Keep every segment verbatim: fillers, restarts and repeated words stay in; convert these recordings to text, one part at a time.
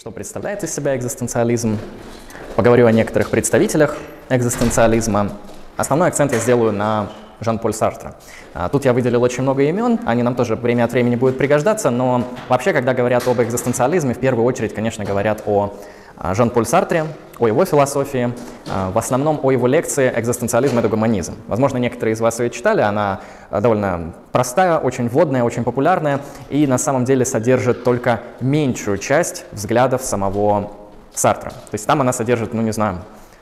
что представляет из себя экзистенциализм, поговорю о некоторых представителях экзистенциализма. Основной акцент я сделаю на Жан-Поль Сартра. Тут я выделил очень много имен, они нам тоже время от времени будут пригождаться, но вообще, когда говорят об экзистенциализме, в первую очередь, конечно, говорят о Жан-Поль Сартре, о его философии, в основном о его лекции «Экзистенциализм – это гуманизм». Возможно, некоторые из вас ее читали, она довольно простая, очень вводная, очень популярная и на самом деле содержит только меньшую часть взглядов самого Сартра. То есть там она содержит, ну не знаю,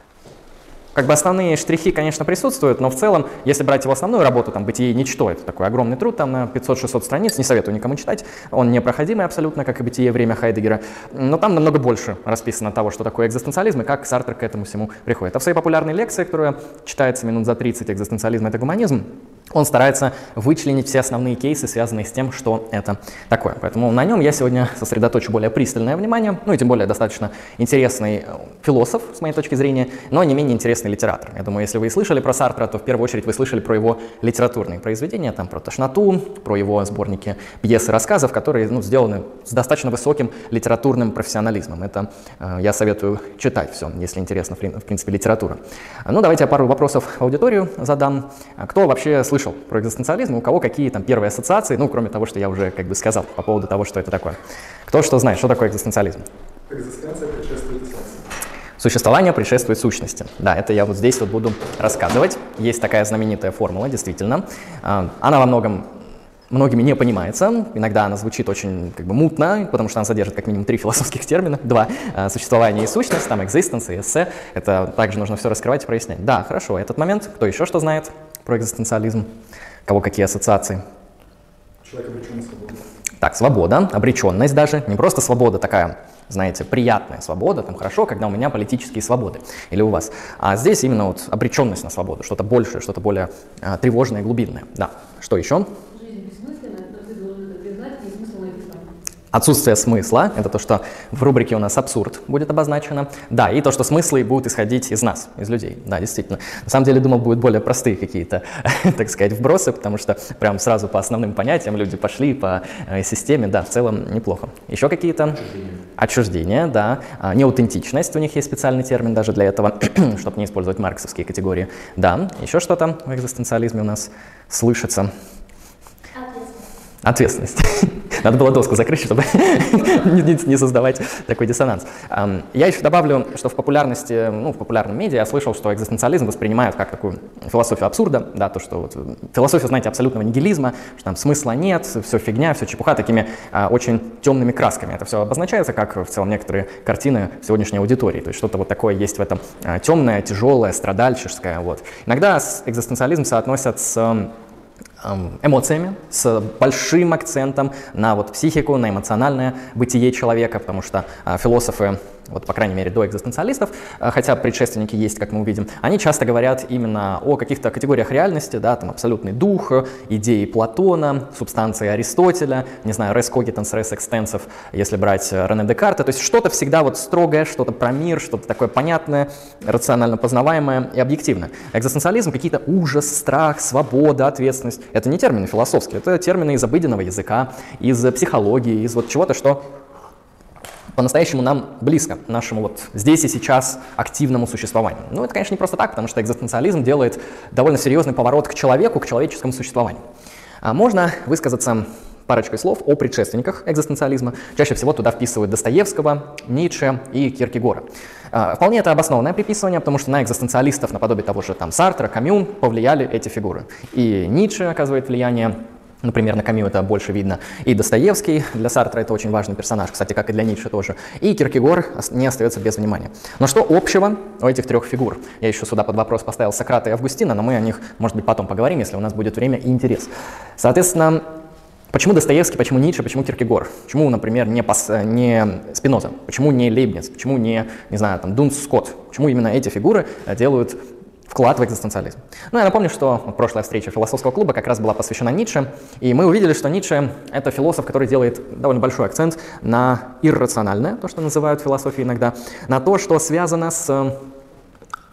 как бы основные штрихи, конечно, присутствуют, но в целом, если брать его основную работу, там, «Бытие и ничто», это такой огромный труд, там на пятьсот-шестьсот страниц, не советую никому читать, он непроходимый абсолютно, как и «Бытие. Время» Хайдеггера, но там намного больше расписано того, что такое экзистенциализм и как Сартр к этому всему приходит. А в своей популярной лекции, которая читается минут за тридцать, «Экзистенциализм – это гуманизм», он старается вычленить все основные кейсы, связанные с тем, что это такое. Поэтому на нем я сегодня сосредоточу более пристальное внимание, ну и тем более достаточно интересный философ, с моей точки зрения, но не менее интересный литератор. Я думаю, если вы и слышали про Сартра, то в первую очередь вы слышали про его литературные произведения, там про «Тошноту», про его сборники пьес и рассказов, которые ну, сделаны с достаточно высоким литературным профессионализмом. Это э, я советую читать все, если интересно, в принципе, литература. Ну, давайте я пару вопросов в аудиторию задам. Кто вообще слышал про экзистенциализм, у кого какие там первые ассоциации, ну, кроме того, что я уже как бы сказал по поводу того, что это такое. Кто что знает, что такое экзистенциализм? Экзистенция предшествует эссенции. Существование предшествует сущности. Да, это я вот здесь вот буду рассказывать. Есть такая знаменитая формула, действительно. Она во многом многими не понимается. Иногда она звучит очень как бы мутно, потому что она содержит как минимум три философских термина. Два — существование и сущность, там existence и эссе. Это также нужно все раскрывать и прояснять. Да, хорошо, этот момент. Кто еще что знает про экзистенциализм? У кого какие ассоциации? Человек обреченный свободу. Так, свобода, обреченность даже. Не просто свобода такая, знаете, приятная свобода, там хорошо, когда у меня политические свободы, или у вас. А здесь именно вот обреченность на свободу, что-то большее, что-то более а, тревожное, глубинное. Да, что еще? Отсутствие смысла — это то, что в рубрике у нас абсурд будет обозначено. Да, и то, что смыслы будут исходить из нас, из людей. Да, действительно. На самом деле, думал, будут более простые какие-то, так сказать, вбросы, потому что прям сразу по основным понятиям люди пошли, по э, системе. Да, в целом неплохо. Еще какие-то? Отчуждение. Отчуждение, да. А, неаутентичность, у них есть специальный термин даже для этого, чтобы не использовать марксовские категории. Да, еще что-то в экзистенциализме у нас слышится. Ответственность. Надо было доску закрыть, чтобы не создавать такой диссонанс. Я еще добавлю, что в популярности, ну, в популярном медиа я слышал, что экзистенциализм воспринимают как такую философию абсурда, да, то, что вот философия, знаете, абсолютного нигилизма, что там смысла нет, все фигня, все чепуха, такими а, очень темными красками. Это все обозначается, как в целом некоторые картины сегодняшней аудитории. То есть что-то вот такое есть в этом а, темное, тяжелое, страдальческое. Вот. Иногда экзистенциализм соотносят с эмоциями, с большим акцентом на вот психику, на эмоциональное бытие человека, потому что а, философы, вот по крайней мере до экзистенциалистов, а, хотя предшественники есть, как мы увидим, они часто говорят именно о каких-то категориях реальности, да, там абсолютный дух, идеи Платона, субстанции Аристотеля, не знаю, res cogitans, res extensив, если брать Рене Декарта, то есть что-то всегда вот строгое, что-то про мир, что-то такое понятное, рационально познаваемое и объективное. Экзистенциализм — какие-то ужас, страх, свобода, ответственность. Это не термины философские, это термины из обыденного языка, из психологии, из вот чего-то, что по-настоящему нам близко, нашему вот здесь и сейчас активному существованию. Ну, это, конечно, не просто так, потому что экзистенциализм делает довольно серьезный поворот к человеку, к человеческому существованию. А можно высказаться парочкой слов о предшественниках экзистенциализма. Чаще всего туда вписывают Достоевского, Ницше и Киркегора. А, вполне это обоснованное приписывание, потому что на экзистенциалистов, наподобие того же там Сартра, Камю, повлияли эти фигуры. И Ницше оказывает влияние, например, на Камю это больше видно, и Достоевский, для Сартра это очень важный персонаж, кстати, как и для Ницше тоже, и Киркегор не остается без внимания. Но что общего у этих трех фигур? Я еще сюда под вопрос поставил Сократа и Августина, но мы о них, может быть, потом поговорим, если у нас будет время и интерес. Соответственно, почему Достоевский, почему Ницше, почему Киркегор? Почему, например, не, Пас, не Спиноза? Почему не Лейбниц? Почему не, не знаю, там, Дунс Скотт? Почему именно эти фигуры делают вклад в экзистенциализм? Ну, я напомню, что прошлая встреча философского клуба как раз была посвящена Ницше, и мы увидели, что Ницше — это философ, который делает довольно большой акцент на иррациональное, то, что называют философией иногда, на то, что связано с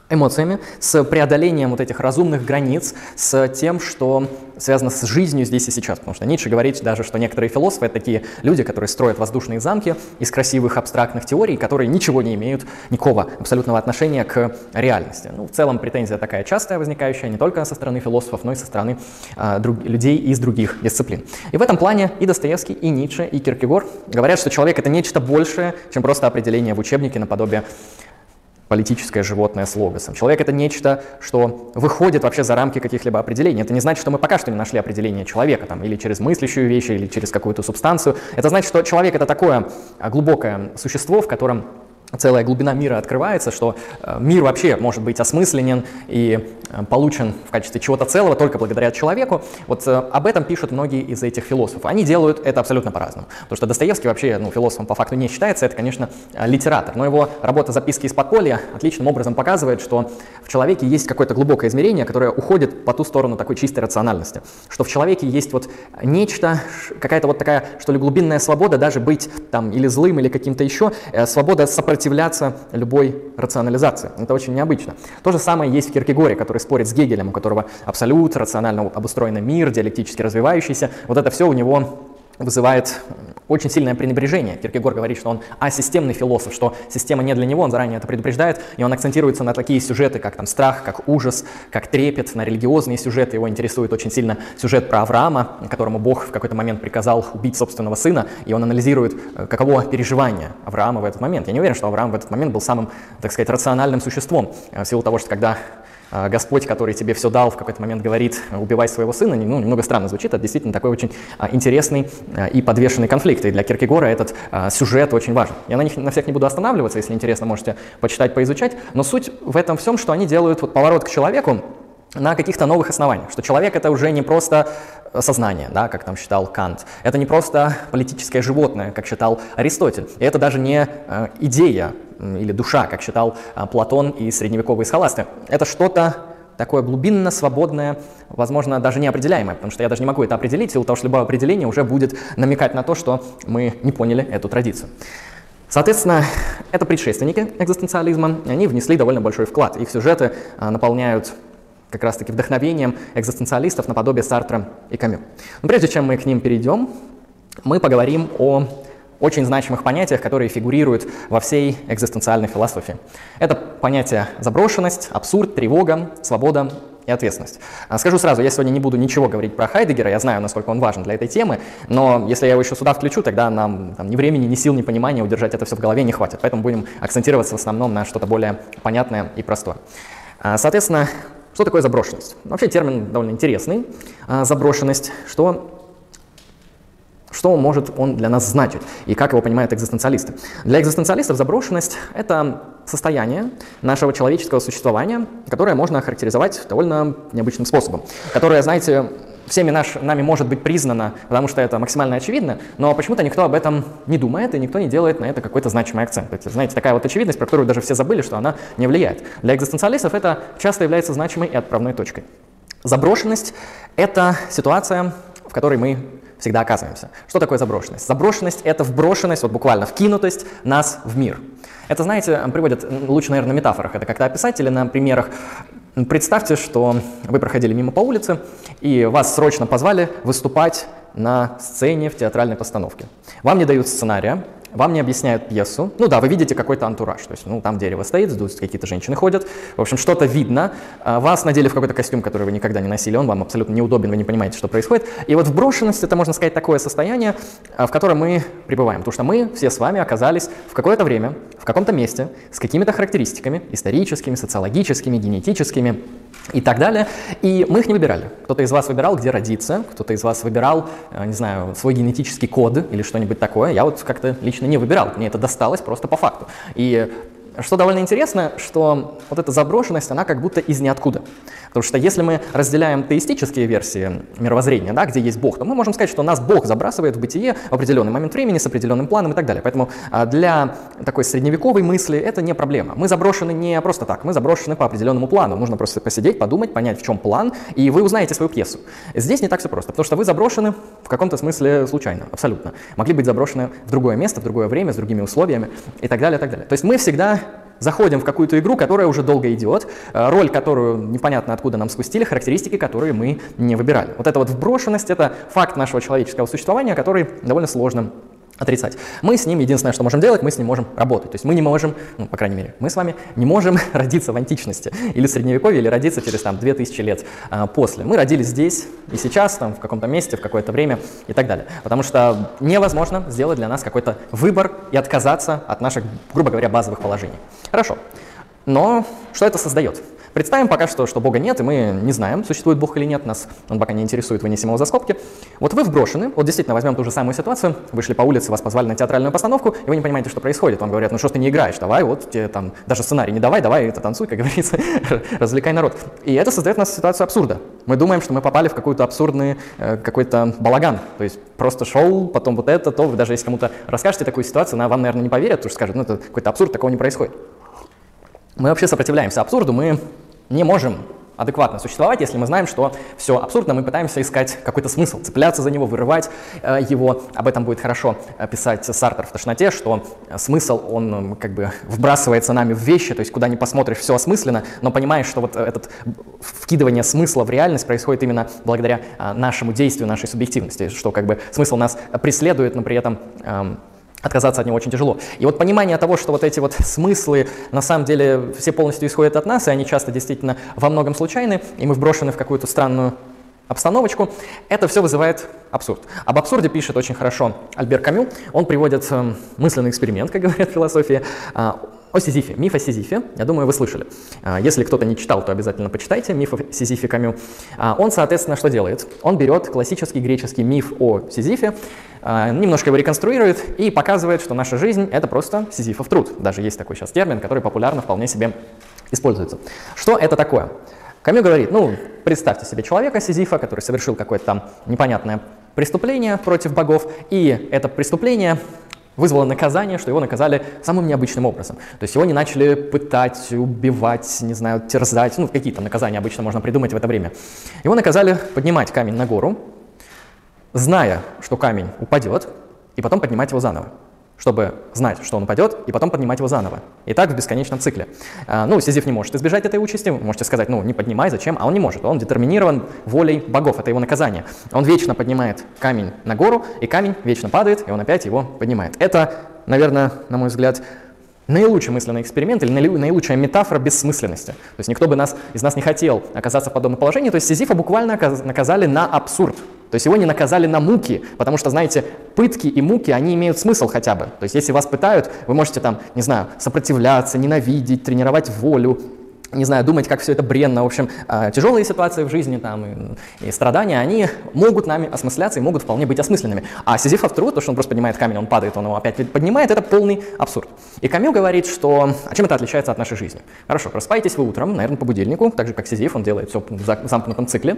эмоциями, с преодолением вот этих разумных границ, с тем, что связано с жизнью здесь и сейчас. Потому что Ницше говорит даже, что некоторые философы — это такие люди, которые строят воздушные замки из красивых абстрактных теорий, которые ничего не имеют, никакого абсолютного отношения к реальности. Ну, в целом претензия такая частая, возникающая не только со стороны философов, но и со стороны а, друг, людей из других дисциплин. И в этом плане и Достоевский, и Ницше, и Киркегор говорят, что человек — это нечто большее, чем просто определение в учебнике наподобие политическое животное с логосом. Человек — это нечто, что выходит вообще за рамки каких-либо определений. Это не значит, что мы пока что не нашли определение человека, там, или через мыслящую вещь, или через какую-то субстанцию. Это значит, что человек — это такое глубокое существо, в котором целая глубина мира открывается, что мир вообще может быть осмысленен и получен в качестве чего-то целого только благодаря человеку. Вот об этом пишут многие из этих философов. Они делают это абсолютно по-разному. Потому что Достоевский вообще, ну, философом по факту не считается, это, конечно, литератор. Но его работа «Записки из подполья» отличным образом показывает, что в человеке есть какое-то глубокое измерение, которое уходит по ту сторону такой чистой рациональности. Что в человеке есть вот нечто, какая-то вот такая, что ли, глубинная свобода даже быть там или злым, или каким-то еще, свобода сопротивляться сопротивляться любой рационализации. Это очень необычно. То же самое есть в Киркегоре, который спорит с Гегелем, у которого абсолют, рационально обустроенный мир, диалектически развивающийся. Вот это все у него вызывает очень сильное пренебрежение. Киркегор говорит, что он асистемный философ, что система не для него, он заранее это предупреждает, и он акцентируется на такие сюжеты, как там страх, как ужас, как трепет, на религиозные сюжеты. Его интересует очень сильно сюжет про Авраама, которому Бог в какой-то момент приказал убить собственного сына, и он анализирует, каково переживание Авраама в этот момент. Я не уверен, что Авраам в этот момент был самым, так сказать, рациональным существом, в силу того, что когда Господь, который тебе все дал, в какой-то момент говорит: убивай своего сына, ну, немного странно звучит, это действительно такой очень а, интересный а, и подвешенный конфликт, и для Киркегора этот а, сюжет очень важен. Я на них на всех не буду останавливаться, если интересно, можете почитать, поизучать, но суть в этом всем, что они делают вот поворот к человеку на каких-то новых основаниях, что человек — это уже не просто сознание, да, как там считал Кант, это не просто политическое животное, как считал Аристотель, и это даже не э, идея или душа, как считал э, Платон и средневековые схоласты. Это что-то такое глубинно свободное, возможно, даже неопределяемое, потому что я даже не могу это определить, в силу того, что любое определение уже будет намекать на то, что мы не поняли эту традицию. Соответственно, это предшественники экзистенциализма, они внесли довольно большой вклад. Их сюжеты э, наполняют как раз-таки вдохновением экзистенциалистов наподобие Сартра и Камю. Но прежде чем мы к ним перейдем, мы поговорим о очень значимых понятиях, которые фигурируют во всей экзистенциальной философии. Это понятия заброшенность, абсурд, тревога, свобода и ответственность. Скажу сразу, я сегодня не буду ничего говорить про Хайдеггера, я знаю, насколько он важен для этой темы, но если я его еще сюда включу, тогда нам там, ни времени, ни сил, ни понимания удержать это все в голове не хватит. Поэтому будем акцентироваться в основном на что-то более понятное и простое. Соответственно, что такое заброшенность? Вообще термин довольно интересный. Заброшенность, что, что может он для нас значить и как его понимают экзистенциалисты? Для экзистенциалистов заброшенность — это состояние нашего человеческого существования, которое можно охарактеризовать довольно необычным способом, которое, знаете, всеми наш, нами может быть признано, потому что это максимально очевидно, но почему-то никто об этом не думает и никто не делает на это какой-то значимый акцент. Это, знаете, такая вот очевидность, про которую даже все забыли, что она не влияет. Для экзистенциалистов это часто является значимой и отправной точкой. Заброшенность — это ситуация, в которой мы всегда оказываемся. Что такое заброшенность? Заброшенность — это вброшенность, вот буквально вкинутость нас в мир. Это, знаете, приводят лучше, наверное, на метафорах это как-то описать или на примерах. Представьте, что вы проходили мимо по улице, и вас срочно позвали выступать на сцене в театральной постановке. Вам не дают сценария, вам не объясняют пьесу. Ну да, вы видите какой-то антураж, то есть, ну, там дерево стоит, здесь какие-то женщины ходят, в общем, что-то видно. Вас надели в какой-то костюм, который вы никогда не носили, он вам абсолютно неудобен, вы не понимаете, что происходит. И вот вброшенность — это, можно сказать, такое состояние, в котором мы пребываем, потому что мы все с вами оказались в какое-то время, в каком-то месте, с какими-то характеристиками историческими, социологическими, генетическими и так далее, и мы их не выбирали. Кто-то из вас выбирал, где родиться, кто-то из вас выбирал, не знаю, свой генетический код или что-нибудь такое. Я вот как-то лично не выбирал, мне это досталось просто по факту. И что довольно интересно, что вот эта заброшенность, она как будто из ниоткуда. Потому что если мы разделяем теистические версии мировоззрения, да, где есть Бог, то мы можем сказать, что нас Бог забрасывает в бытие в определенный момент времени с определенным планом и так далее. Поэтому для такой средневековой мысли это не проблема. Мы заброшены не просто так, мы заброшены по определенному плану. Нужно просто посидеть, подумать, понять, в чем план, и вы узнаете свою пьесу. Здесь не так все просто, потому что вы заброшены в каком-то смысле случайно, абсолютно. Могли быть заброшены в другое место, в другое время, с другими условиями и так далее, и так далее. То есть мы всегда заходим в какую-то игру, которая уже долго идет, роль, которую непонятно откуда нам спустили, характеристики, которые мы не выбирали. Вот эта вот вброшенность — это факт нашего человеческого существования, который довольно сложно отрицать. Мы с ним, единственное, что можем делать, мы с ним можем работать. То есть мы не можем, ну, по крайней мере, мы с вами не можем родиться в античности или в средневековье, или родиться через там две тысячи лет а, после. Мы родились здесь и сейчас, там, в каком-то месте, в какое-то время и так далее. Потому что невозможно сделать для нас какой-то выбор и отказаться от наших, грубо говоря, базовых положений. Хорошо. Но что это создает? Представим пока что, что Бога нет, и мы не знаем, существует Бог или нет, нас он пока не интересует, вынесем его за скобки. Вот вы вброшены, вот действительно возьмем ту же самую ситуацию, вышли по улице, вас позвали на театральную постановку, и вы не понимаете, что происходит. Вам говорят: ну что ж ты не играешь, давай, вот тебе там даже сценарий не давай, давай это танцуй, как говорится, развлекай народ. И это создает у нас ситуацию абсурда. Мы думаем, что мы попали в какой-то абсурдный э, какой-то балаган, то есть просто шоу, потом вот это, то, вы даже если кому-то расскажете такую ситуацию, она вам, наверное, не поверит, потому что скажет: ну это какой-то абсурд, такого не происходит. Мы вообще сопротивляемся абсурду, мы не можем адекватно существовать, если мы знаем, что все абсурдно, мы пытаемся искать какой-то смысл, цепляться за него, вырывать э, его. Об этом будет хорошо писать Сартр в «Тошноте», что смысл, он как бы вбрасывается нами в вещи, то есть куда ни посмотришь, все осмысленно, но понимаешь, что вот это вкидывание смысла в реальность происходит именно благодаря э, нашему действию, нашей субъективности, что как бы смысл нас преследует, но при этом э, отказаться от него очень тяжело. И вот понимание того, что вот эти вот смыслы на самом деле все полностью исходят от нас, и они часто действительно во многом случайны, и мы вброшены в какую-то странную обстановочку, это все вызывает абсурд. Об абсурде пишет очень хорошо Альбер Камю. Он приводит э, мысленный эксперимент, как говорят в философии, э, о Сизифе, миф о Сизифе. Я думаю, вы слышали. Э, если кто-то не читал, то обязательно почитайте миф о Сизифе Камю. Э, он, соответственно, что делает? Он берет классический греческий миф о Сизифе, э, немножко его реконструирует и показывает, что наша жизнь — это просто Сизифов труд. Даже есть такой сейчас термин, который популярно вполне себе используется. Что это такое? Камю говорит: ну, представьте себе человека, Сизифа, который совершил какое-то там непонятное преступление против богов, и это преступление вызвало наказание, что его наказали самым необычным образом. То есть его не начали пытать, убивать, не знаю, терзать, ну, какие-то наказания обычно можно придумать в это время. Его наказали поднимать камень на гору, зная, что камень упадет, и потом поднимать его заново, чтобы знать, что он упадет, и потом поднимать его заново. И так в бесконечном цикле. А, ну, Сизиф не может избежать этой участи, вы можете сказать: ну, не поднимай, зачем? А он не может, он детерминирован волей богов, это его наказание. Он вечно поднимает камень на гору, и камень вечно падает, и он опять его поднимает. Это, наверное, на мой взгляд, наилучший мысленный эксперимент или наилучшая метафора бессмысленности. То есть никто бы нас, из нас не хотел оказаться в подобном положении. То есть Сизифа буквально наказали на абсурд. То есть его не наказали на муки, потому что, знаете, пытки и муки, они имеют смысл хотя бы. То есть если вас пытают, вы можете там, не знаю, сопротивляться, ненавидеть, тренировать волю, не знаю, думать, как все это бренно. В общем, тяжелые ситуации в жизни там, и, и страдания, они могут нами осмысляться и могут вполне быть осмысленными. А Сизифов труд, то, что он просто поднимает камень, он падает, он его опять поднимает, это полный абсурд. И Камю говорит, что а чем это отличается от нашей жизни? Хорошо, просыпаетесь вы утром, наверное, по будильнику, так же, как Сизиф, он делает все в замкнутом цикле.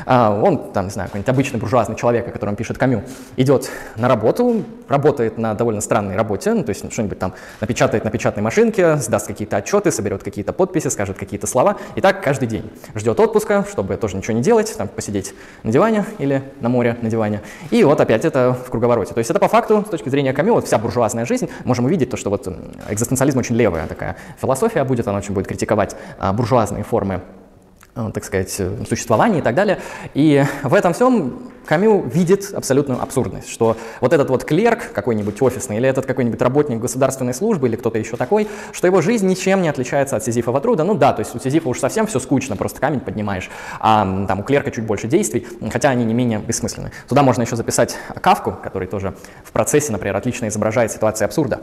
Он, там, не знаю, какой-нибудь обычный буржуазный человек, о котором пишет Камю, идет на работу, работает на довольно странной работе, ну, то есть что-нибудь там напечатает на печатной машинке, сдаст какие-то отчеты, соберет какие-то подписи, скажет какие-то слова, и так каждый день. Ждет отпуска, чтобы тоже ничего не делать, там посидеть на диване или на море на диване, и вот опять это в круговороте. То есть это по факту, с точки зрения Камю, вот вся буржуазная жизнь, можем увидеть то, что вот экзистенциализм очень левая такая философия будет, она очень будет критиковать а, буржуазные формы, а, так сказать, существования и так далее. И в этом всем Камю видит абсолютную абсурдность, что вот этот вот клерк какой-нибудь офисный или этот какой-нибудь работник государственной службы или кто-то еще такой, что его жизнь ничем не отличается от Сизифова труда. Ну да, то есть у Сизифа уж совсем все скучно, просто камень поднимаешь, а там у клерка чуть больше действий, хотя они не менее бессмысленны. Туда можно еще записать Кафку, который тоже в процессе, например, отлично изображает ситуацию абсурда.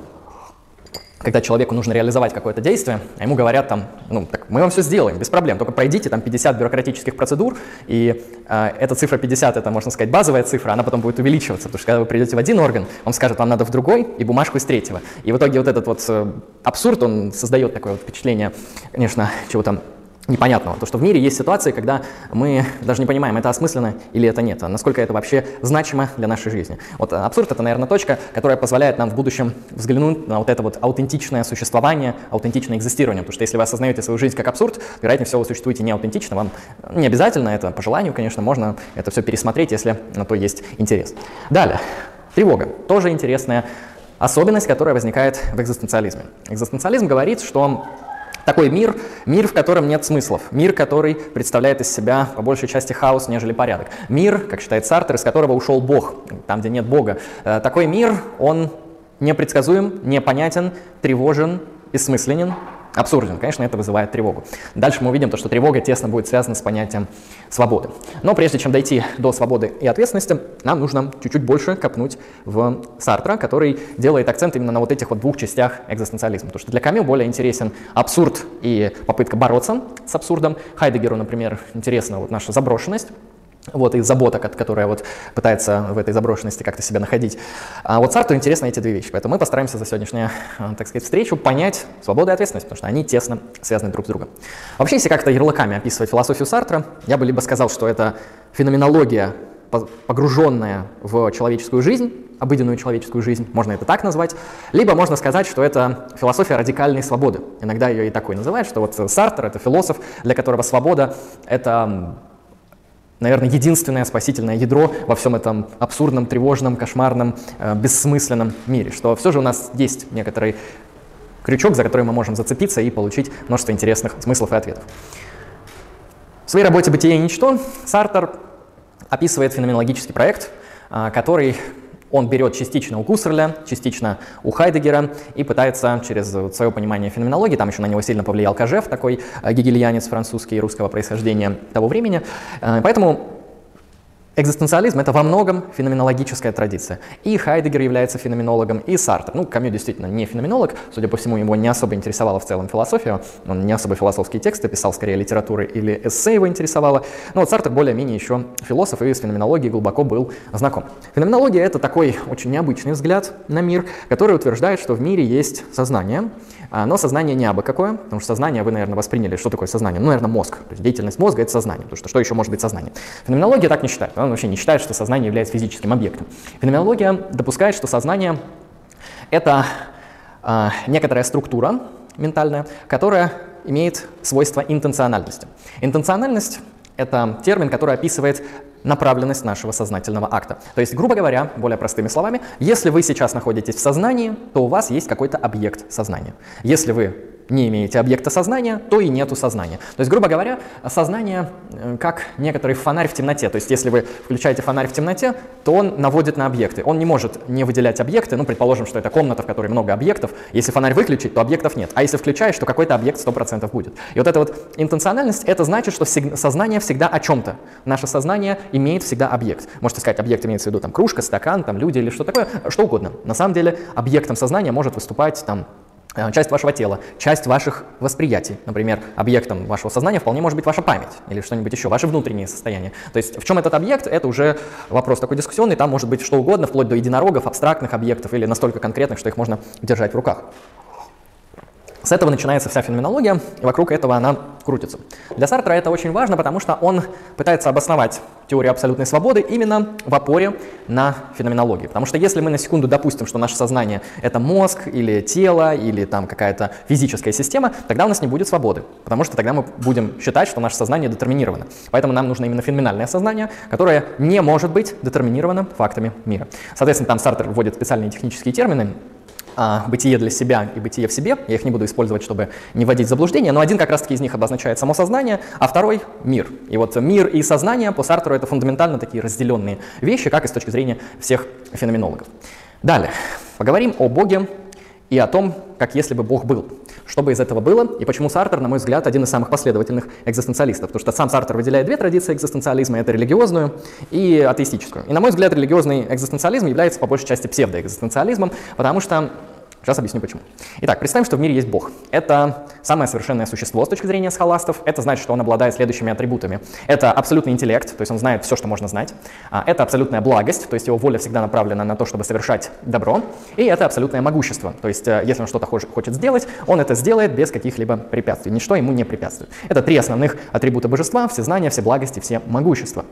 Когда человеку нужно реализовать какое-то действие, а ему говорят там: ну, так мы вам все сделаем, без проблем, только пройдите там пятьдесят бюрократических процедур, и э, эта цифра пятьдесят, это, можно сказать, базовая цифра, она потом будет увеличиваться, потому что когда вы придете в один орган, он скажет: вам надо в другой, и бумажку из третьего. И в итоге вот этот вот э, абсурд, он создает такое вот впечатление, конечно, чего-то непонятного. То, что в мире есть ситуации, когда мы даже не понимаем, это осмысленно или это нет, а насколько это вообще значимо для нашей жизни. Вот абсурд — это, наверное, точка, которая позволяет нам в будущем взглянуть на вот это вот аутентичное существование, аутентичное экзистирование. Потому что если вы осознаете свою жизнь как абсурд, вероятнее всего вы существуете не аутентично, вам не обязательно, это по желанию, конечно, можно это все пересмотреть, если на то есть интерес. Далее. Тревога. Тоже интересная особенность, которая возникает в экзистенциализме. Экзистенциализм говорит, что такой мир, мир, в котором нет смыслов, мир, который представляет из себя по большей части хаос, нежели порядок. Мир, как считает Сартр, из которого ушел Бог, там, где нет Бога. Такой мир, он непредсказуем, непонятен, тревожен, бессмысленен, абсурден. Конечно, это вызывает тревогу. Дальше мы увидим, то, что тревога тесно будет связана с понятием свободы. Но прежде чем дойти до свободы и ответственности, нам нужно чуть-чуть больше копнуть в Сартра, который делает акцент именно на вот этих вот двух частях экзистенциализма. Потому что для Камю более интересен абсурд и попытка бороться с абсурдом. Хайдеггеру, например, интересна вот наша заброшенность. Вот, и забота, которая вот пытается в этой заброшенности как-то себя находить. А вот Сартру интересны эти две вещи, поэтому мы постараемся за сегодняшнюю, так сказать, встречу понять свободу и ответственность, потому что они тесно связаны друг с другом. Вообще, если как-то ярлыками описывать философию Сартра, я бы либо сказал, что это феноменология, погруженная в человеческую жизнь, обыденную человеческую жизнь, можно это так назвать, либо можно сказать, что это философия радикальной свободы. Иногда ее и такой называют, что вот Сартр — это философ, для которого свобода — это, наверное, единственное спасительное ядро во всем этом абсурдном, тревожном, кошмарном, э, бессмысленном мире, что все же у нас есть некоторый крючок, за который мы можем зацепиться и получить множество интересных смыслов и ответов. В своей работе «Бытие и ничто» Сартр описывает феноменологический проект, э, который он берет частично у Гуссерля, частично у Хайдеггера и пытается через свое понимание феноменологии, там еще на него сильно повлиял Кожев, такой гегельянец французский русского происхождения того времени. Поэтому экзистенциализм — это во многом феноменологическая традиция. И Хайдеггер является феноменологом, и Сартр. Ну, Камю действительно не феноменолог, судя по всему, его не особо интересовала в целом философия, он не особо философские тексты писал, скорее литературы или эссе его интересовало. Но вот Сартр более-менее еще философ и с феноменологией глубоко был знаком. Феноменология — это такой очень необычный взгляд на мир, который утверждает, что в мире есть сознание, но сознание не абы какое, потому что сознание вы, наверное, восприняли. Что такое сознание? Ну, наверное, мозг. То есть деятельность мозга — это сознание, потому что что еще может быть сознание? Феноменология так не считает. Она вообще не считает, что сознание является физическим объектом. Феноменология допускает, что сознание — это э, некоторая структура ментальная, которая имеет свойство интенциональности. Интенциональность — это термин, который описывает направленность нашего сознательного акта. То есть, грубо говоря, более простыми словами, если вы сейчас находитесь в сознании, то у вас есть какой-то объект сознания. Если вы не имеете объекта сознания, то и нету сознания. То есть, грубо говоря, сознание как некоторый фонарь в темноте. То есть, если вы включаете фонарь в темноте, то он наводит на объекты. Он не может не выделять объекты. Ну, предположим, что это комната, в которой много объектов. Если фонарь выключить, то объектов нет. А если включаешь, то какой-то объект сто процентов будет. И вот эта вот интенциональность, это значит, что сознание всегда о чем-то. Наше сознание имеет всегда объект. Можете сказать, объект имеется в виду там кружка, стакан, там люди или что такое, что угодно. На самом деле объектом сознания может выступать там часть вашего тела, часть ваших восприятий. Например, объектом вашего сознания вполне может быть ваша память или что-нибудь еще, ваше внутреннее состояние. То есть в чем этот объект, это уже вопрос такой дискуссионный, там может быть что угодно, вплоть до единорогов, абстрактных объектов или настолько конкретных, что их можно держать в руках. С этого начинается вся феноменология, и вокруг этого она крутится. Для Сартра это очень важно, потому что он пытается обосновать теорию абсолютной свободы именно в опоре на феноменологии. Потому что если мы на секунду допустим, что наше сознание — это мозг или тело, или там какая-то физическая система, тогда у нас не будет свободы, потому что тогда мы будем считать, что наше сознание детерминировано. Поэтому нам нужно именно феноменальное сознание, которое не может быть детерминировано фактами мира. Соответственно, там Сартр вводит специальные технические термины, бытие для себя и бытие в себе. Я их не буду использовать, чтобы не вводить в заблуждение, но один как раз-таки из них обозначает само сознание, а второй — мир. И вот мир и сознание по Сартру — это фундаментально такие разделенные вещи, как и с точки зрения всех феноменологов. Далее, поговорим о Боге и о том, как если бы Бог был. Что бы из этого было, и почему Сартр, на мой взгляд, один из самых последовательных экзистенциалистов. Потому что сам Сартр выделяет две традиции экзистенциализма, это религиозную и атеистическую. И, на мой взгляд, религиозный экзистенциализм является по большей части псевдоэкзистенциализмом, потому что... Сейчас объясню почему. Итак, представим, что в мире есть Бог. Это самое совершенное существо с точки зрения схоластов. Это значит, что он обладает следующими атрибутами. Это абсолютный интеллект, то есть он знает все, что можно знать. Это абсолютная благость, то есть его воля всегда направлена на то, чтобы совершать добро. И это абсолютное могущество, то есть если он что-то хочет сделать, он это сделает без каких-либо препятствий. Ничто ему не препятствует. Это три основных атрибута божества: всезнание, всеблагость и всемогущество.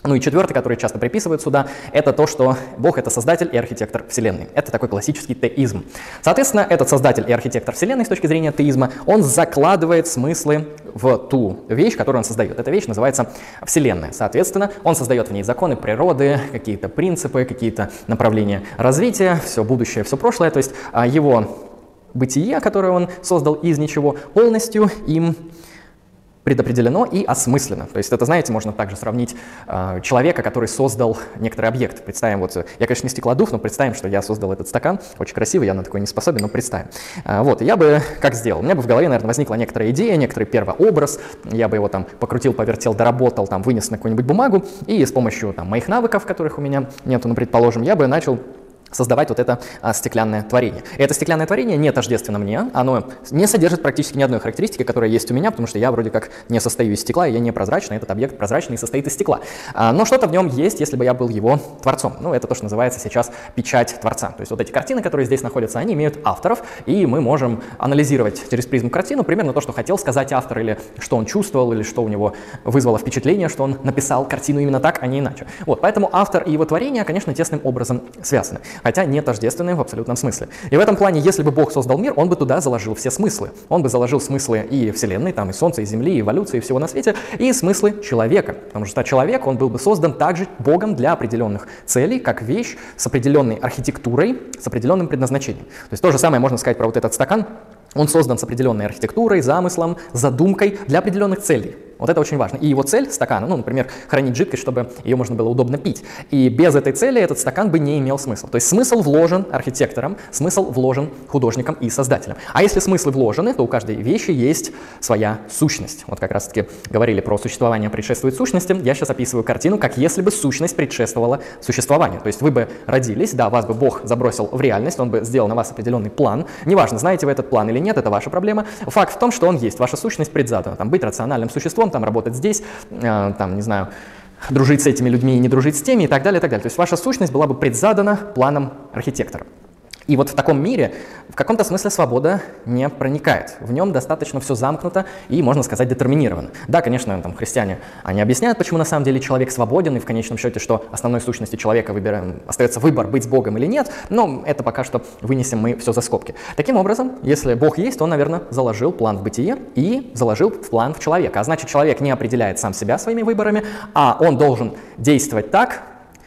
Ну и четвертый, который часто приписывают сюда, это то, что Бог — это создатель и архитектор Вселенной. Это такой классический теизм. Соответственно, этот создатель и архитектор Вселенной с точки зрения теизма, он закладывает смыслы в ту вещь, которую он создает. Эта вещь называется Вселенная. Соответственно, он создает в ней законы природы, какие-то принципы, какие-то направления развития, все будущее, все прошлое. То есть его бытие, которое он создал из ничего, полностью им предопределено и осмысленно. То есть это, знаете, можно также сравнить э, человека, который создал некоторый объект. Представим, вот, я, конечно, не стеклодув, но представим, что я создал этот стакан, очень красивый, я на такой не способен, но представим. Э, вот, я бы как сделал? У меня бы в голове, наверное, возникла некоторая идея, некоторый первообраз, я бы его там покрутил, повертел, доработал, там, вынес на какую-нибудь бумагу, и с помощью там моих навыков, которых у меня нету, ну, предположим, я бы начал создавать вот это а, стеклянное творение. И это стеклянное творение не тождественно мне, оно не содержит практически ни одной характеристики, которая есть у меня, потому что я вроде как не состою из стекла, и я не прозрачный, этот объект прозрачный и состоит из стекла. А, но что-то в нем есть, если бы я был его творцом. Ну, это то, что называется сейчас печать творца. То есть вот эти картины, которые здесь находятся, они имеют авторов, и мы можем анализировать через призму картину примерно то, что хотел сказать автор, или что он чувствовал, или что у него вызвало впечатление, что он написал картину именно так, а не иначе. Вот, поэтому автор и его творение, конечно, тесным образом связаны, хотя не тождественные в абсолютном смысле. И в этом плане, если бы Бог создал мир, он бы туда заложил все смыслы. Он бы заложил смыслы и Вселенной, там, и Солнца, и Земли, и эволюции, и всего на свете, и смыслы человека. Потому что человек, он был бы создан также Богом для определенных целей, как вещь с определенной архитектурой, с определенным предназначением. То есть то же самое можно сказать про вот этот стакан. Он создан с определенной архитектурой, замыслом, задумкой для определенных целей. Вот это очень важно. И его цель стакана, ну, например, хранить жидкость, чтобы ее можно было удобно пить. И без этой цели этот стакан бы не имел смысла. То есть смысл вложен архитектором, смысл вложен художником и создателем. А если смыслы вложены, то у каждой вещи есть своя сущность. Вот как раз-таки говорили про существование предшествует сущности. Я сейчас описываю картину, как если бы сущность предшествовала существованию. То есть вы бы родились, да, вас бы Бог забросил в реальность, он бы сделал на вас определенный план. Неважно, знаете вы этот план или нет, это ваша проблема. Факт в том, что он есть, ваша сущность предзадана. Там, быть рациональным существом, там, работать здесь, э, там, не знаю, дружить с этими людьми и не дружить с теми и так далее, и так далее. То есть ваша сущность была бы предзадана планом архитектора. И вот в таком мире в каком-то смысле свобода не проникает. В нем достаточно все замкнуто и, можно сказать, детерминировано. Да, конечно, там христиане, они объясняют, почему на самом деле человек свободен, и в конечном счете, что основной сущностью человека выбираем, остается выбор, быть с Богом или нет, но это пока что вынесем мы все за скобки. Таким образом, если Бог есть, он, наверное, заложил план в бытие и заложил план в человека. А значит, человек не определяет сам себя своими выборами, а он должен действовать так,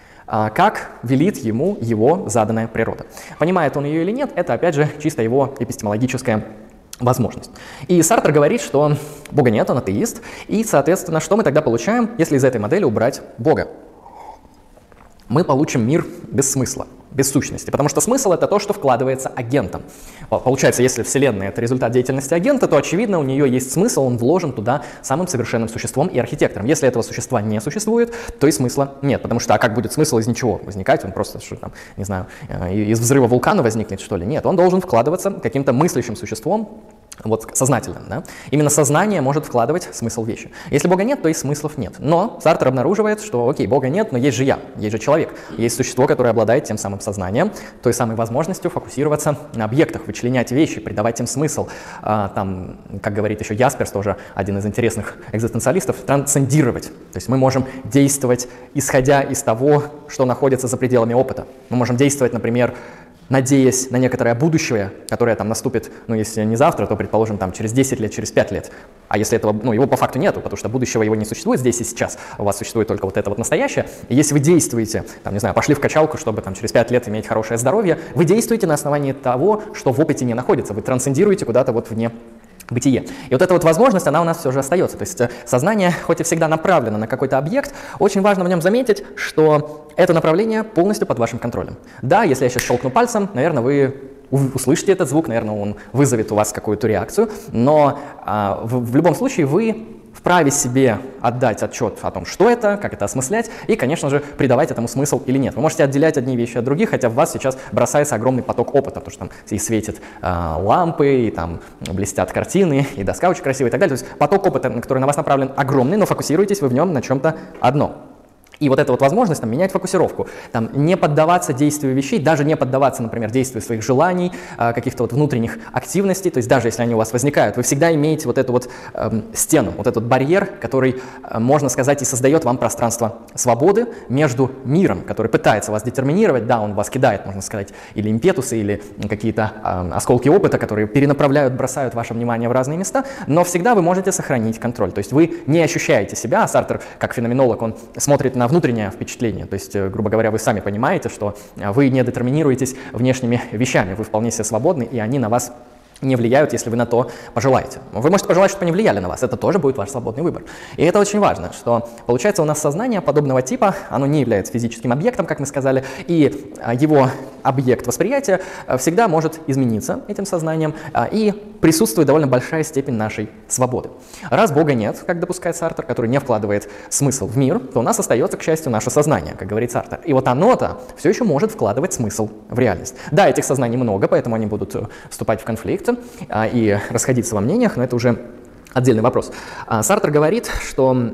как велит ему его заданная природа. Понимает он ее или нет, это, опять же, чисто его эпистемологическая возможность. И Сартр говорит, что Бога нет, он атеист, и, соответственно, что мы тогда получаем, если из этой модели убрать Бога? Мы получим мир без смысла, без сущности, потому что смысл — это то, что вкладывается агентом. Получается, если Вселенная — это результат деятельности агента, то, очевидно, у нее есть смысл, он вложен туда самым совершенным существом и архитектором. Если этого существа не существует, то и смысла нет, потому что, а как будет смысл из ничего возникать? Он просто, что там, не знаю, из взрыва вулкана возникнет, что ли? Нет, он должен вкладываться каким-то мыслящим существом, вот сознательно, да? Именно сознание может вкладывать смысл вещи. Если Бога нет, то и смыслов нет. Но Сартр обнаруживает, что, окей, Бога нет, но есть же я, есть же человек, есть существо, которое обладает тем самым сознанием, той самой возможностью фокусироваться на объектах, вычленять вещи, придавать им смысл. А, там, как говорит еще Ясперс, тоже один из интересных экзистенциалистов, трансцендировать. То есть мы можем действовать, исходя из того, что находится за пределами опыта. Мы можем действовать, например, надеясь на некоторое будущее, которое там наступит, ну, если не завтра, то, предположим, там, через десять лет, через пять лет. А если этого, ну, его по факту нету, потому что будущего его не существует здесь и сейчас, у вас существует только вот это вот настоящее. И если вы действуете, там, не знаю, пошли в качалку, чтобы там через пять лет иметь хорошее здоровье, вы действуете на основании того, что в опыте не находится, вы трансцендируете куда-то вот вне бытие. И вот эта вот возможность, она у нас все же остается. То есть сознание, хоть и всегда направлено на какой-то объект, очень важно в нем заметить, что это направление полностью под вашим контролем. Да, если я сейчас щелкну пальцем, наверное, вы услышите этот звук, наверное, он вызовет у вас какую-то реакцию, но а, в, в любом случае вы вправе себе отдать отчет о том, что это, как это осмыслять, и, конечно же, придавать этому смысл или нет. Вы можете отделять одни вещи от других, хотя в вас сейчас бросается огромный поток опыта, потому что там и светят э, лампы, и там блестят картины, и доска очень красивая и так далее. То есть поток опыта, который на вас направлен, огромный, но фокусируетесь вы в нем на чем-то одном. И вот эта вот возможность там, менять фокусировку, там, не поддаваться действию вещей, даже не поддаваться, например, действию своих желаний, э, каких-то вот внутренних активностей, то есть даже если они у вас возникают, вы всегда имеете вот эту вот э, стену, вот этот барьер, который, э, можно сказать, и создает вам пространство свободы между миром, который пытается вас детерминировать, да, он вас кидает, можно сказать, или импетусы, или какие-то э, осколки опыта, которые перенаправляют, бросают ваше внимание в разные места, но всегда вы можете сохранить контроль, то есть вы не ощущаете себя, а Сартр, как феноменолог, он смотрит на внутреннее впечатление, то есть, грубо говоря, вы сами понимаете, что вы не детерминируетесь внешними вещами, вы вполне себе свободны, и они на вас не влияют, если вы на то пожелаете. Вы можете пожелать, чтобы они влияли на вас, это тоже будет ваш свободный выбор. И это очень важно, что получается у нас сознание подобного типа, оно не является физическим объектом, как мы сказали, и его объект восприятия всегда может измениться этим сознанием, и присутствует довольно большая степень нашей свободы. Раз Бога нет, как допускает Сартр, который не вкладывает смысл в мир, то у нас остается, к счастью, наше сознание, как говорит Сартр. И вот оно-то все еще может вкладывать смысл в реальность. Да, этих сознаний много, поэтому они будут вступать в конфликт и расходиться во мнениях, но это уже отдельный вопрос. Сартр говорит, что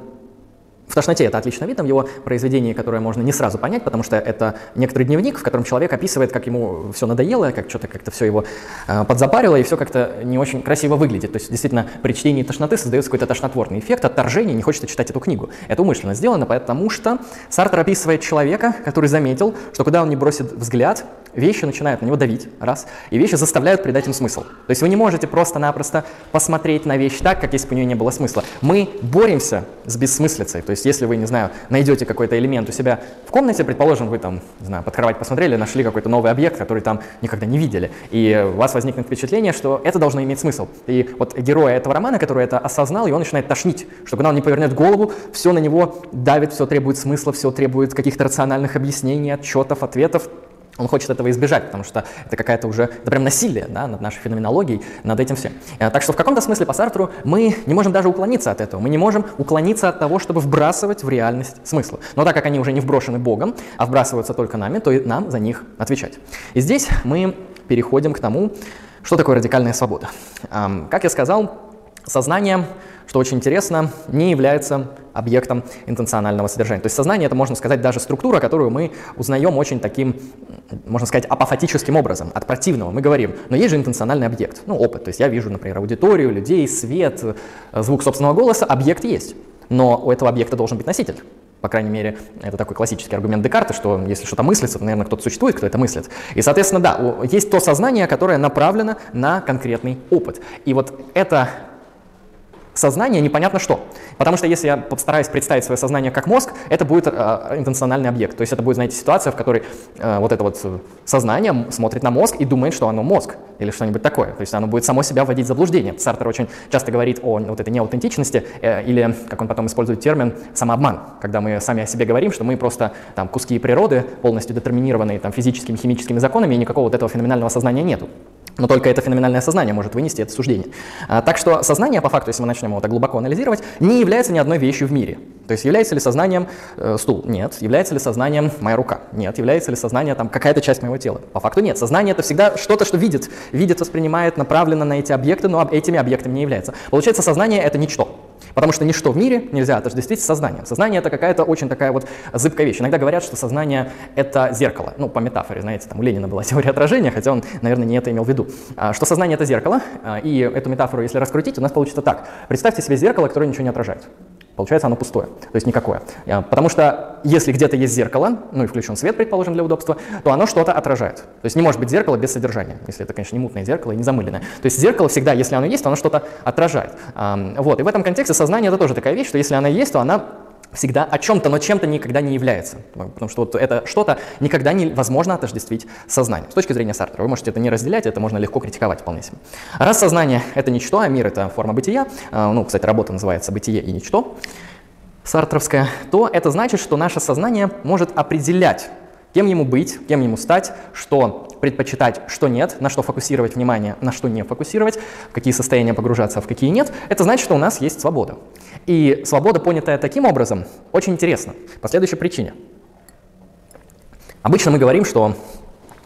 в «Тошноте» это отлично видно в его произведении, которое можно не сразу понять, потому что это некоторый дневник, в котором человек описывает, как ему все надоело, как что-то как-то все его э, подзапарило, и все как-то не очень красиво выглядит. То есть, действительно, при чтении «Тошноты» создается какой-то тошнотворный эффект, отторжение, не хочется читать эту книгу. Это умышленно сделано, потому что Сартр описывает человека, который заметил, что куда он не бросит взгляд, вещи начинают на него давить, раз, и вещи заставляют придать им смысл. То есть вы не можете просто-напросто посмотреть на вещь так, как если бы у нее не было смысла. Мы боремся с бессмыслицей. То есть если вы, не знаю, найдете какой-то элемент у себя в комнате, предположим, вы там, не знаю, под кровать посмотрели, нашли какой-то новый объект, который там никогда не видели, и у вас возникнет впечатление, что это должно иметь смысл. И вот героя этого романа, который это осознал, и он начинает тошнить, что когда он не повернет голову, все на него давит, все требует смысла, все требует каких-то рациональных объяснений, отчетов, ответов. Он хочет этого избежать, потому что это какая-то уже, это прям насилие, да, над нашей феноменологией, над этим всем. Так что в каком-то смысле по Сартру мы не можем даже уклониться от этого, мы не можем уклониться от того, чтобы вбрасывать в реальность смыслы. Но так как они уже не вброшены Богом, а вбрасываются только нами, то и нам за них отвечать. И здесь мы переходим к тому, что такое радикальная свобода. Как я сказал, сознание, что очень интересно, не является объектом интенционального содержания. То есть сознание — это, можно сказать, даже структура, которую мы узнаем очень таким, можно сказать, апофатическим образом, от противного. Мы говорим, но есть же интенциональный объект, ну, опыт. То есть я вижу, например, аудиторию, людей, свет, звук собственного голоса, объект есть. Но у этого объекта должен быть носитель. По крайней мере, это такой классический аргумент Декарта, что если что-то мыслится, то, наверное, кто-то существует, кто это мыслит. И, соответственно, да, есть то сознание, которое направлено на конкретный опыт. И вот это сознание непонятно что. Потому что если я постараюсь представить свое сознание как мозг, это будет э, интенциональный объект. То есть это будет, знаете, ситуация, в которой э, вот это вот сознание смотрит на мозг и думает, что оно мозг или что-нибудь такое. То есть оно будет само себя вводить в заблуждение. Сартр очень часто говорит о вот этой неаутентичности э, или, как он потом использует термин, самообман. Когда мы сами о себе говорим, что мы просто там куски природы, полностью детерминированные там физическими, химическими законами, и никакого вот этого феноменального сознания нету. Но только это феноменальное сознание может вынести это суждение. А, так что сознание, по факту, если мы начнем его так глубоко анализировать, не является ни одной вещью в мире. То есть является ли сознанием э, стул? Нет. Является ли сознанием моя рука? Нет. Является ли сознание там какая-то часть моего тела? По факту нет. Сознание — это всегда что-то, что видит. Видит, воспринимает, направлено на эти объекты, но этими объектами не является. Получается, сознание — это ничто. Потому что ничто в мире нельзя отождествить с сознанием. Сознание — это какая-то очень такая вот зыбкая вещь. Иногда говорят, что сознание — это зеркало. Ну, по метафоре, знаете, там у Ленина была теория отражения, хотя он, наверное, не это имел в виду. Что сознание — это зеркало, и эту метафору, если раскрутить, у нас получится так. Представьте себе зеркало, которое ничего не отражает. Получается, оно пустое, то есть никакое. Потому что если где-то есть зеркало, ну и включен свет, предположим, для удобства, то оно что-то отражает. То есть не может быть зеркало без содержания, если это, конечно, не мутное зеркало и не замыленное. То есть зеркало всегда, если оно есть, то оно что-то отражает. Вот. И в этом контексте сознание — это тоже такая вещь, что если она есть, то она всегда о чем-то, но чем-то никогда не является. Потому что вот это что-то никогда невозможно отождествить с сознанием. С точки зрения Сартра. Вы можете это не разделять, это можно легко критиковать вполне себе. Раз сознание — это ничто, а мир — это форма бытия, ну, кстати, работа называется «Бытие и ничто», сартровская, то это значит, что наше сознание может определять, кем ему быть, кем ему стать, что предпочитать, что нет, на что фокусировать внимание, на что не фокусировать, в какие состояния погружаться, а в какие нет. Это значит, что у нас есть свобода. И свобода, понятая таким образом, очень интересна по следующей причине. Обычно мы говорим, что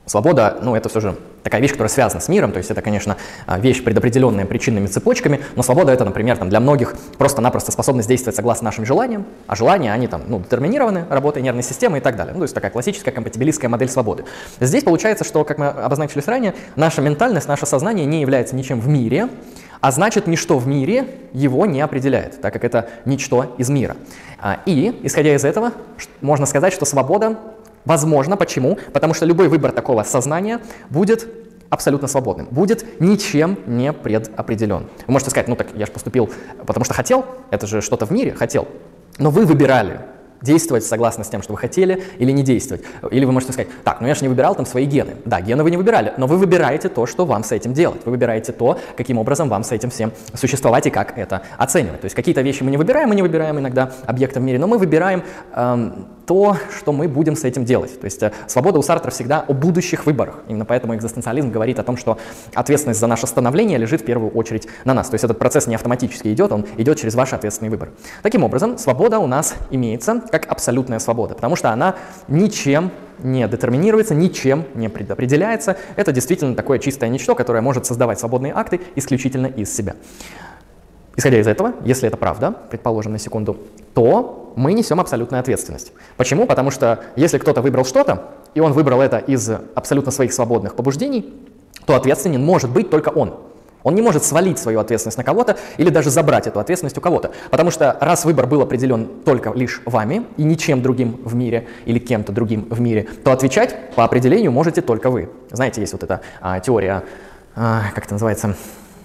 Свобода, ну, это все же такая вещь, которая связана с миром, то есть это, конечно, вещь, предопределенная причинными цепочками, но свобода — это, например, там, для многих просто-напросто способность действовать согласно нашим желаниям, а желания, они там, ну, детерминированы работой нервной системы и так далее. Ну, то есть такая классическая компатибилистская модель свободы. Здесь получается, что, как мы обозначили ранее, наша ментальность, наше сознание не является ничем в мире, а значит, ничто в мире его не определяет, так как это ничто из мира. И, исходя из этого, можно сказать, что свобода возможно. Почему? Потому что любой выбор такого сознания будет абсолютно свободным, будет ничем не предопределен. Вы можете сказать, ну так я же поступил, потому что хотел, это же что-то в мире, хотел. Но вы выбирали действовать согласно с тем, что вы хотели, или не действовать. Или вы можете сказать, так, ну я же не выбирал там свои гены. Да, гены вы не выбирали, но вы выбираете то, что вам с этим делать. Вы выбираете то, каким образом вам с этим всем существовать и как это оценивать. То есть какие-то вещи мы не выбираем, мы не выбираем иногда объекты в мире, но мы выбираем эм, то, что мы будем с этим делать. То есть э, свобода у Сартра всегда о будущих выборах. Именно поэтому экзистенциализм говорит о том, что ответственность за наше становление лежит в первую очередь на нас. То есть этот процесс не автоматически идет, он идет через ваш ответственный выбор. Таким образом, свобода у нас имеется как абсолютная свобода, потому что она ничем не детерминируется, ничем не предопределяется. Это действительно такое чистое ничто, которое может создавать свободные акты исключительно из себя. Исходя из этого, если это правда, предположим на секунду, то мы несем абсолютную ответственность. Почему? Потому что если кто-то выбрал что-то, и он выбрал это из абсолютно своих свободных побуждений, то ответственен может быть только он. Он не может свалить свою ответственность на кого-то или даже забрать эту ответственность у кого-то. Потому что раз выбор был определен только лишь вами и ничем другим в мире или кем-то другим в мире, то отвечать по определению можете только вы. Знаете, есть вот эта а, теория, а, как это называется?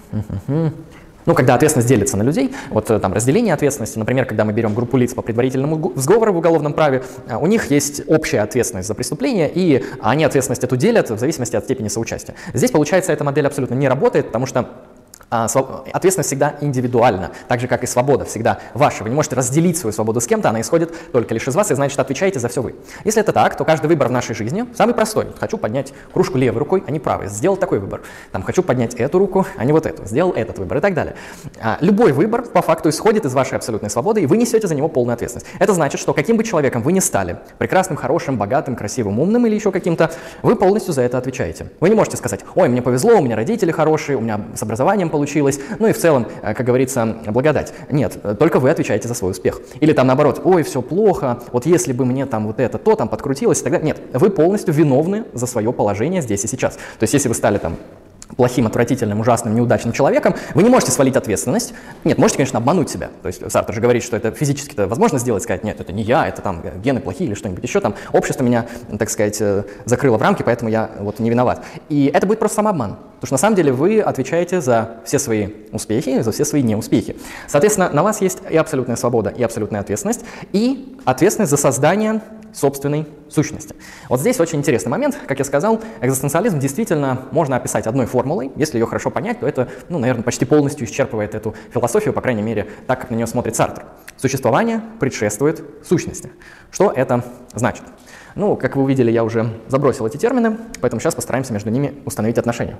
Ну, когда ответственность делится на людей, вот там разделение ответственности, например, когда мы берем группу лиц по предварительному сговору в уголовном праве, у них есть общая ответственность за преступление, и они ответственность эту делят в зависимости от степени соучастия. Здесь, получается, эта модель абсолютно не работает, потому что а, ответственность всегда индивидуальна, так же, как и свобода всегда ваша. Вы не можете разделить свою свободу с кем-то, она исходит только лишь из вас, и значит, отвечаете за все вы. Если это так, то каждый выбор в нашей жизни самый простой. Хочу поднять кружку левой рукой, а не правой. Сделал такой выбор. Там, хочу поднять эту руку, а не вот эту. Сделал этот выбор и так далее. А, любой выбор, по факту, исходит из вашей абсолютной свободы, и вы несете за него полную ответственность. Это значит, что каким бы человеком вы ни стали, прекрасным, хорошим, богатым, красивым, умным или еще каким-то, вы полностью за это отвечаете. Вы не можете сказать, ой, мне повезло, у меня родители хорошие, у меня с образованием получилось, ну и в целом, как говорится, благодать. Нет, только вы отвечаете за свой успех. Или там наоборот, ой, все плохо, вот если бы мне там вот это, то там подкрутилось и так далее. Нет, вы полностью виновны за свое положение здесь и сейчас. То есть если вы стали там плохим, отвратительным, ужасным, неудачным человеком, вы не можете свалить ответственность. Нет, можете, конечно, обмануть себя. То есть Сартр же говорит, что это физически-то возможно сделать, сказать, нет, это не я, это там гены плохие или что-нибудь еще там. Общество меня, так сказать, закрыло в рамки, поэтому я вот не виноват. И это будет просто самообман. Потому что на самом деле вы отвечаете за все свои успехи, за все свои неуспехи. Соответственно, на вас есть и абсолютная свобода, и абсолютная ответственность, и ответственность за создание собственной сущности. Вот здесь очень интересный момент. Как я сказал, экзистенциализм действительно можно описать одной формулой. Если ее хорошо понять, то это, ну, наверное, почти полностью исчерпывает эту философию, по крайней мере, так, как на нее смотрит Сартр. Существование предшествует сущности. Что это значит? Ну, как вы увидели, я уже забросил эти термины, поэтому сейчас постараемся между ними установить отношения.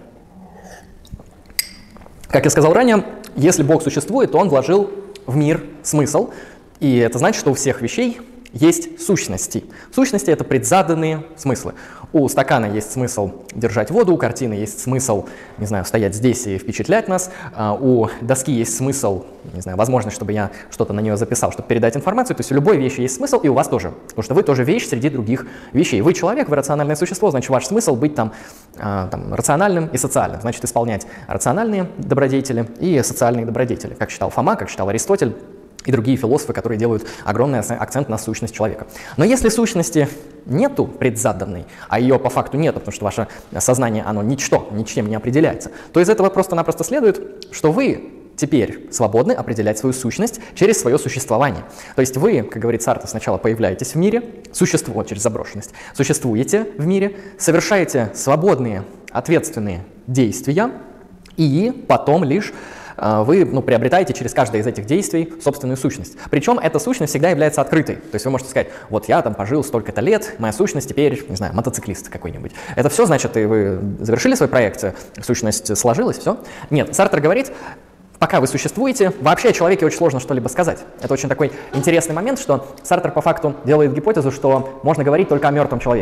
Как я сказал ранее, если Бог существует, то Он вложил в мир смысл, и это значит, что у всех вещей есть сущности. Сущности — это предзаданные смыслы. У стакана есть смысл держать воду, у картины есть смысл, не знаю, стоять здесь и впечатлять нас, а у доски есть смысл, не знаю, возможность, чтобы я что-то на нее записал, чтобы передать информацию. То есть у любой вещи есть смысл, и у вас тоже, потому что вы тоже вещь среди других вещей. Вы человек, вы рациональное существо, значит, ваш смысл быть там, а, там рациональным и социальным, значит, исполнять рациональные добродетели и социальные добродетели, как считал Фома, как считал Аристотель и другие философы, которые делают огромный акцент на сущность человека. Но если сущности нету предзаданной, а ее по факту нету, потому что ваше сознание, оно ничто, ничем не определяется, то из этого просто-напросто следует, что вы теперь свободны определять свою сущность через свое существование. То есть вы, как говорит Сартр, сначала появляетесь в мире, существо через заброшенность, существуете в мире, совершаете свободные, ответственные действия, и потом лишь вы, ну, приобретаете через каждое из этих действий собственную сущность. Причем эта сущность всегда является открытой. То есть вы можете сказать, вот я там пожил столько-то лет, моя сущность теперь, не знаю, мотоциклист какой-нибудь. Это все значит, и вы завершили свой проект, сущность сложилась, все? Нет, Сартр говорит, пока вы существуете, вообще о человеке очень сложно что-либо сказать. Это очень такой интересный момент, что Сартр по факту делает гипотезу, что можно говорить только о мертвом человеке.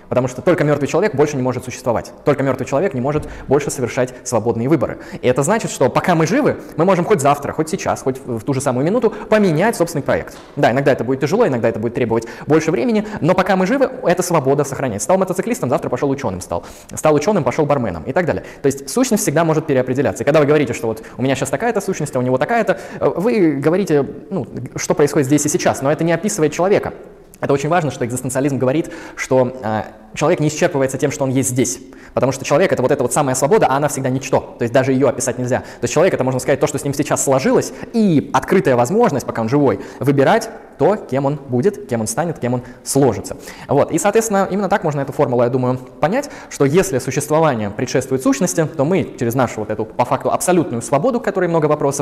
Потому что только мертвый человек больше не может существовать. Только мертвый человек не может больше совершать свободные выборы. И это значит, что пока мы живы, мы можем хоть завтра, хоть сейчас, хоть в ту же самую минуту поменять собственный проект. Да, иногда это будет тяжело, иногда это будет требовать больше времени, но пока мы живы, эта свобода сохраняется. Стал мотоциклистом, завтра пошел ученым стал. Стал ученым, пошел барменом и так далее. То есть сущность всегда может переопределяться. И когда вы говорите, что вот у меня сейчас такая-то сущность, а у него такая-то, вы говорите, ну, что происходит здесь и сейчас, но это не описывает человека. Это очень важно, что экзистенциализм говорит, что э, человек не исчерпывается тем, что он есть здесь. Потому что человек — это вот эта вот самая свобода, а она всегда ничто. То есть даже ее описать нельзя. То есть человек — это, можно сказать, то, что с ним сейчас сложилось, и открытая возможность, пока он живой, выбирать то, кем он будет, кем он станет, кем он сложится. Вот. И, соответственно, именно так можно эту формулу, я думаю, понять, что если существование предшествует сущности, то мы через нашу вот эту, по факту, абсолютную свободу, в которой много вопросов,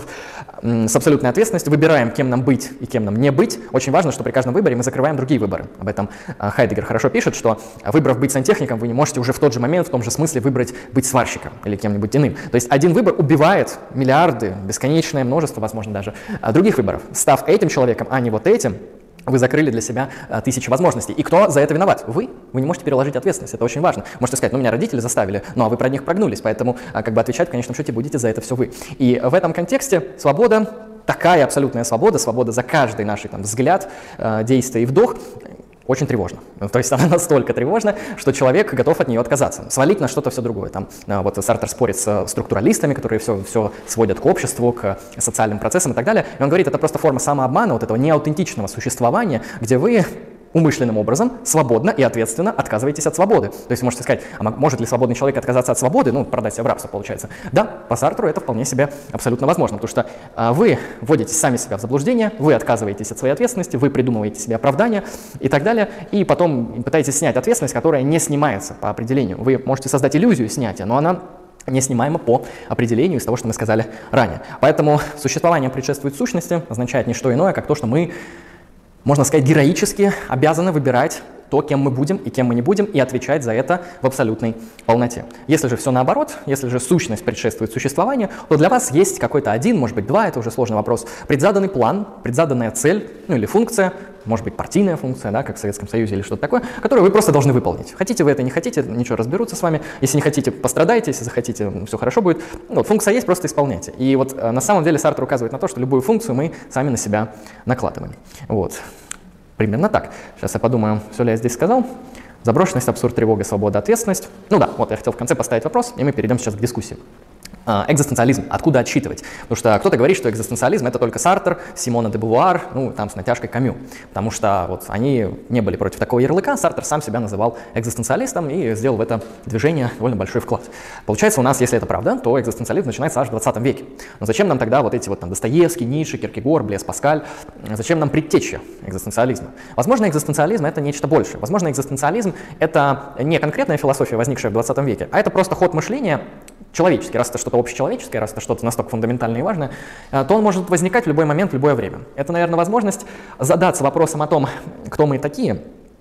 с абсолютной ответственностью, выбираем, кем нам быть и кем нам не быть. Очень важно, что при каждом выборе мы закрываем другие выборы. Об этом Хайдеггер хорошо пишет, что, выбрав быть сантехником, вы не можете уже в тот же момент, в том же смысле выбрать быть сварщиком или кем-нибудь иным. То есть один выбор убивает миллиарды, бесконечное множество, возможно, даже других выборов. Став этим человеком, а не вот этим, вы закрыли для себя а, тысячи возможностей. И кто за это виноват? Вы. Вы не можете переложить ответственность. Это очень важно. Можете сказать, ну, меня родители заставили, ну, а вы про них прогнулись, поэтому а, как бы отвечать в конечном счете будете за это все вы. И в этом контексте свобода, такая абсолютная свобода, свобода за каждый наш там, взгляд, э, действие и вдох, очень тревожно. То есть она настолько тревожна, что человек готов от нее отказаться, свалить на что-то все другое. Там, вот Сартер спорит с структуралистами, которые все, все сводят к обществу, к социальным процессам и так далее. И он говорит, это просто форма самообмана, вот этого неаутентичного существования, где вы умышленным образом, свободно и ответственно отказываетесь от свободы. То есть вы можете сказать, а может ли свободный человек отказаться от свободы, ну, продать себя в рабство, получается. Да, по Сартру это вполне себе абсолютно возможно, потому что а, вы вводите сами себя в заблуждение, вы отказываетесь от своей ответственности, вы придумываете себе оправдания и так далее, и потом пытаетесь снять ответственность, которая не снимается по определению. Вы можете создать иллюзию снятия, но она неснимаемо по определению из того, что мы сказали ранее. Поэтому существование предшествует сущности означает не что иное, как то, что мы, можно сказать, героически обязаны выбирать то, кем мы будем и кем мы не будем, и отвечать за это в абсолютной полноте. Если же все наоборот, если же сущность предшествует существованию, то для вас есть какой-то один, может быть два, это уже сложный вопрос, предзаданный план, предзаданная цель, ну или функция, может быть партийная функция, да, как в Советском Союзе или что-то такое, которую вы просто должны выполнить. Хотите вы это, не хотите, ничего, разберутся с вами. Если не хотите, пострадаете, если захотите, все хорошо будет. Ну, вот, функция есть, просто исполняйте. И вот на самом деле Сартр указывает на то, что любую функцию мы сами на себя накладываем. Вот. Примерно так. Сейчас я подумаю, все ли я здесь сказал. Заброшенность, абсурд, тревога, свобода, ответственность. Ну да, вот я хотел в конце поставить вопрос, и мы перейдем сейчас к дискуссии. Экзистенциализм. Откуда отсчитывать? Потому что кто-то говорит, что экзистенциализм — это только Сартр, Симона де Бувуар, ну, там, с натяжкой Камю. Потому что вот они не были против такого ярлыка. Сартр сам себя называл экзистенциалистом и сделал в это движение довольно большой вклад. Получается, у нас, если это правда, то экзистенциализм начинается аж в двадцатом веке. Но зачем нам тогда вот эти вот там Достоевский, Ницше, Киркегор, Блес Паскаль? Зачем нам предтеча экзистенциализма? Возможно, экзистенциализм — это нечто большее. Возможно, экзистенциализм — это не конкретная философия, возникшая в двадцатом веке, а это просто ход мышления человеческий. Раз это что-то общечеловеческое, раз это что-то настолько фундаментальное и важное, то он может возникать в любой момент, в любое время. Это, наверное, возможность задаться вопросом о том, кто мы такие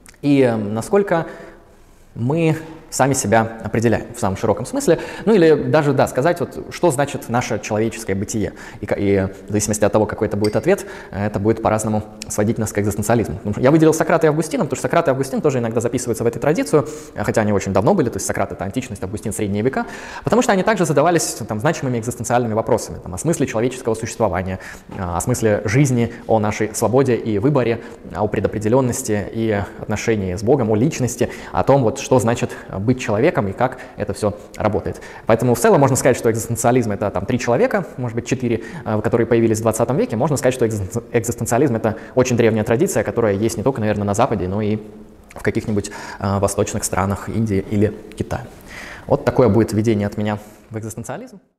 и насколько мы сами себя определяем в самом широком смысле, ну или даже, да, сказать, вот, что значит наше человеческое бытие. И, и в зависимости от того, какой это будет ответ, это будет по-разному сводить нас к экзистенциализму. Я выделил Сократа и Августина, потому что Сократ и Августин тоже иногда записываются в эту традицию, хотя они очень давно были, то есть Сократ — это античность, Августин — средние века, потому что они также задавались там, значимыми экзистенциальными вопросами там, о смысле человеческого существования, о смысле жизни, о нашей свободе и выборе, о предопределенности и отношении с Богом, о личности, о том, вот, что значит быть человеком и как это все работает. Поэтому в целом можно сказать, что экзистенциализм — это там три человека, может быть четыре, которые появились в двадцатом веке. Можно сказать, что экзистенциализм — это очень древняя традиция, которая есть не только, наверное, на Западе, но и в каких-нибудь э, восточных странах Индии или Китая. Вот такое будет введение от меня в экзистенциализм.